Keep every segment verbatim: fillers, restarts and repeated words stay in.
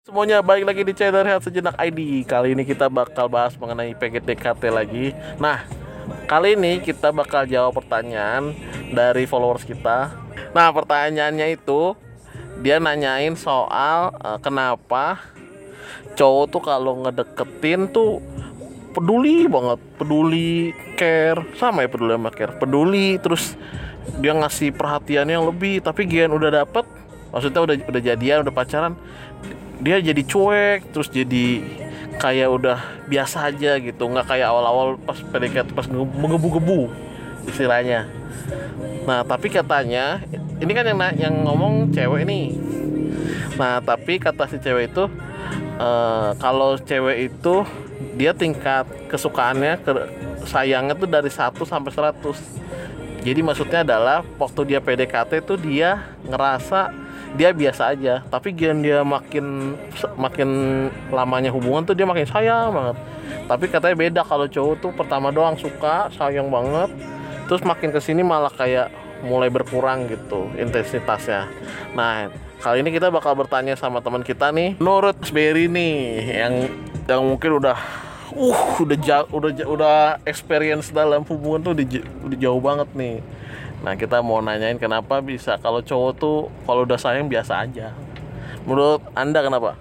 Semuanya balik lagi di channel Rehat Sejenak I D. Kali ini kita bakal bahas mengenai P D K T lagi. Nah, kali ini kita bakal jawab pertanyaan dari followers kita. Nah, pertanyaannya itu dia nanyain soal uh, kenapa cowok tuh kalau ngedeketin tuh peduli banget, peduli, care, sama ya peduli sama care, peduli, terus dia ngasih perhatian yang lebih, tapi gian udah dapet, maksudnya udah udah jadian, udah pacaran, dia jadi cuek, terus jadi kayak udah biasa aja gitu, nggak kayak awal-awal pas P D K T pas menggebu-gebu istilahnya. Nah tapi katanya ini kan yang yang ngomong cewek nih. Nah tapi kata si cewek itu uh, kalau cewek itu dia tingkat kesukaannya ke, sayangnya tuh dari satu sampai seratus. Jadi maksudnya adalah waktu dia P D K T tuh dia ngerasa dia biasa aja, tapi gian dia makin makin lamanya hubungan tuh dia makin sayang banget. Tapi katanya beda kalau cowok tuh pertama doang suka, sayang banget, terus makin kesini malah kayak mulai berkurang gitu intensitasnya. Nah kali ini kita bakal bertanya sama teman kita nih, menurut Mas Berry nih yang yang mungkin udah uh udah jauh udah udah experience dalam hubungan tuh udah, udah jauh banget nih. Nah kita mau nanyain kenapa bisa kalau cowok tuh kalau udah sayang biasa aja. Menurut Anda kenapa?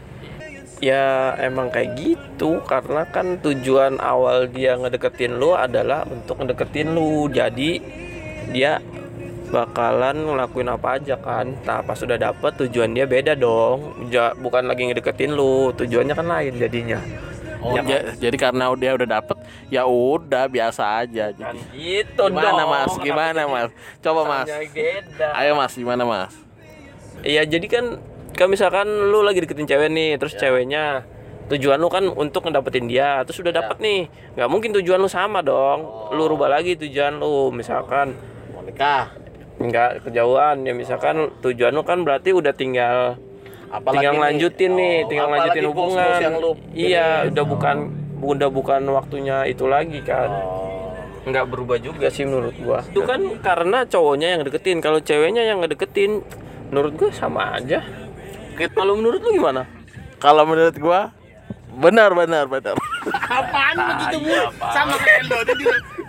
Ya emang kayak gitu, karena kan tujuan awal dia ngedeketin lu adalah untuk ngedeketin lu. Jadi dia bakalan ngelakuin apa aja kan. Nah pas sudah dapet tujuan dia beda dong, ja, bukan lagi ngedeketin lu, tujuannya kan lain jadinya. Oh, ya, j- jadi karena dia udah dapet, ya udah biasa aja. Kan Jadi gitu gimana dong. Mas? Gimana Mas? Coba Mas. Beda. Ayo Mas, gimana Mas? Iya jadi kan, kalau misalkan lu lagi deketin cewek nih, terus ya. Ceweknya tujuan lu kan untuk ngedapetin dia, terus udah dapet ya. Nih, nggak mungkin tujuan lu sama dong. Oh. Lu rubah lagi tujuan lu, misalkan mau nikah, nggak kejauhan ya, misalkan tujuan lu kan berarti udah tinggal apalagi tinggal lanjutin nih, nih oh, tinggal lanjutin hubungan. Iya, udah bukan udah bukan waktunya itu lagi kan. Oh. Nggak berubah juga sih menurut gua. Itu kan karena cowoknya yang deketin, kalau ceweknya yang ngedeketin, menurut gua sama aja. Kalau menurut lu gimana? Kalau menurut gua benar benar benar. Apaan begitu Bu? Sama kayak Endo tadi.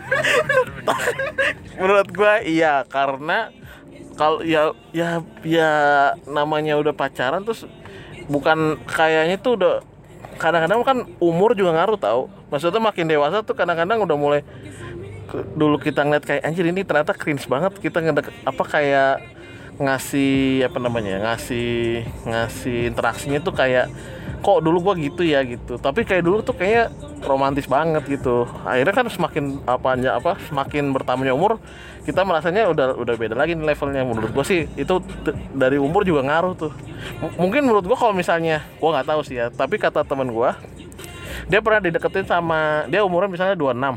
Menurut gua iya, karena kalau ya ya ya namanya udah pacaran terus bukan kayaknya tuh udah kadang-kadang kan umur juga ngaruh tau. Maksudnya makin dewasa tuh kadang-kadang udah mulai dulu kita ngeliat kayak anjir ini ternyata cringe banget kita ngedek apa kayak ngasih apa namanya ngasih ngasih interaksinya tuh kayak kok dulu gua gitu ya gitu, tapi kayak dulu tuh kayak romantis banget gitu. Akhirnya kan semakin apa apa semakin bertambahnya umur kita merasanya udah udah beda lagi nih levelnya. Menurut gua sih itu t- dari umur juga ngaruh tuh. M- mungkin menurut gua kalau misalnya gua nggak tahu sih ya, tapi kata teman gua dia pernah dideketin sama dia umurnya misalnya dua puluh enam,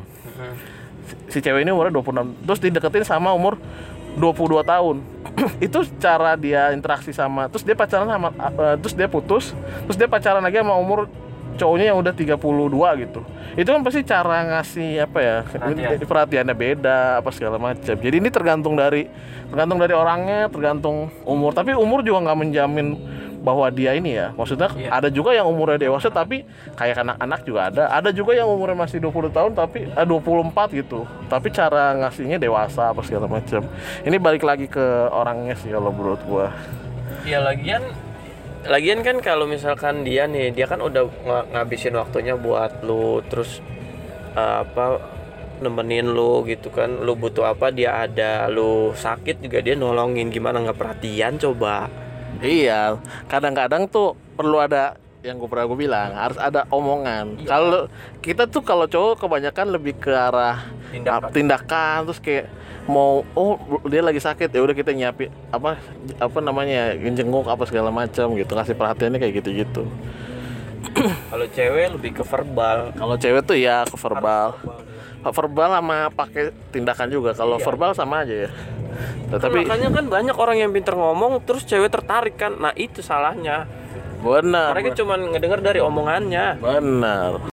si cewek ini umurnya dua puluh enam, terus dideketin sama umur dua puluh dua tahun. Itu cara dia interaksi sama, terus dia pacaran sama uh, terus dia putus, terus dia pacaran lagi sama umur cowoknya yang udah tiga puluh dua gitu. Itu kan pasti cara ngasih apa ya, perhatian. Perhatiannya beda apa segala macam. Jadi ini tergantung dari tergantung dari orangnya, tergantung umur. Tapi umur juga nggak menjamin bahwa dia ini ya, maksudnya yeah. Ada juga yang umurnya dewasa tapi kayak anak-anak juga ada. Ada juga yang umurnya masih dua puluh tahun tapi eh, dua puluh empat gitu. Tapi cara ngasihnya dewasa apa segala macam. Ini balik lagi ke orangnya sih kalau menurut gua. Ya lagian lagian kan kalau misalkan dia nih, dia kan udah ng- ngabisin waktunya buat lu, terus uh, apa nemenin lu gitu kan. Lu butuh apa dia ada, lu sakit juga dia nolongin, gimana nggak perhatian coba. Iya, kadang-kadang tuh perlu ada yang gue pernah gue bilang harus ada omongan. Iya. Kalau kita tuh kalau cowok kebanyakan lebih ke arah tindakan, tindakan terus kayak mau oh dia lagi sakit ya udah kita nyiapin apa apa namanya jenguk apa segala macam gitu, kasih perhatiannya kayak gitu-gitu. Kalau cewek lebih ke verbal. Kalau cewek tuh ya ke verbal. Verbal sama pakai tindakan juga. Kalau iya. Verbal sama aja ya. Nah, tapi makanya kan banyak orang yang pintar ngomong terus cewek tertarik kan. Nah itu salahnya. Benar. Mereka cuma ngedengar dari omongannya. Benar.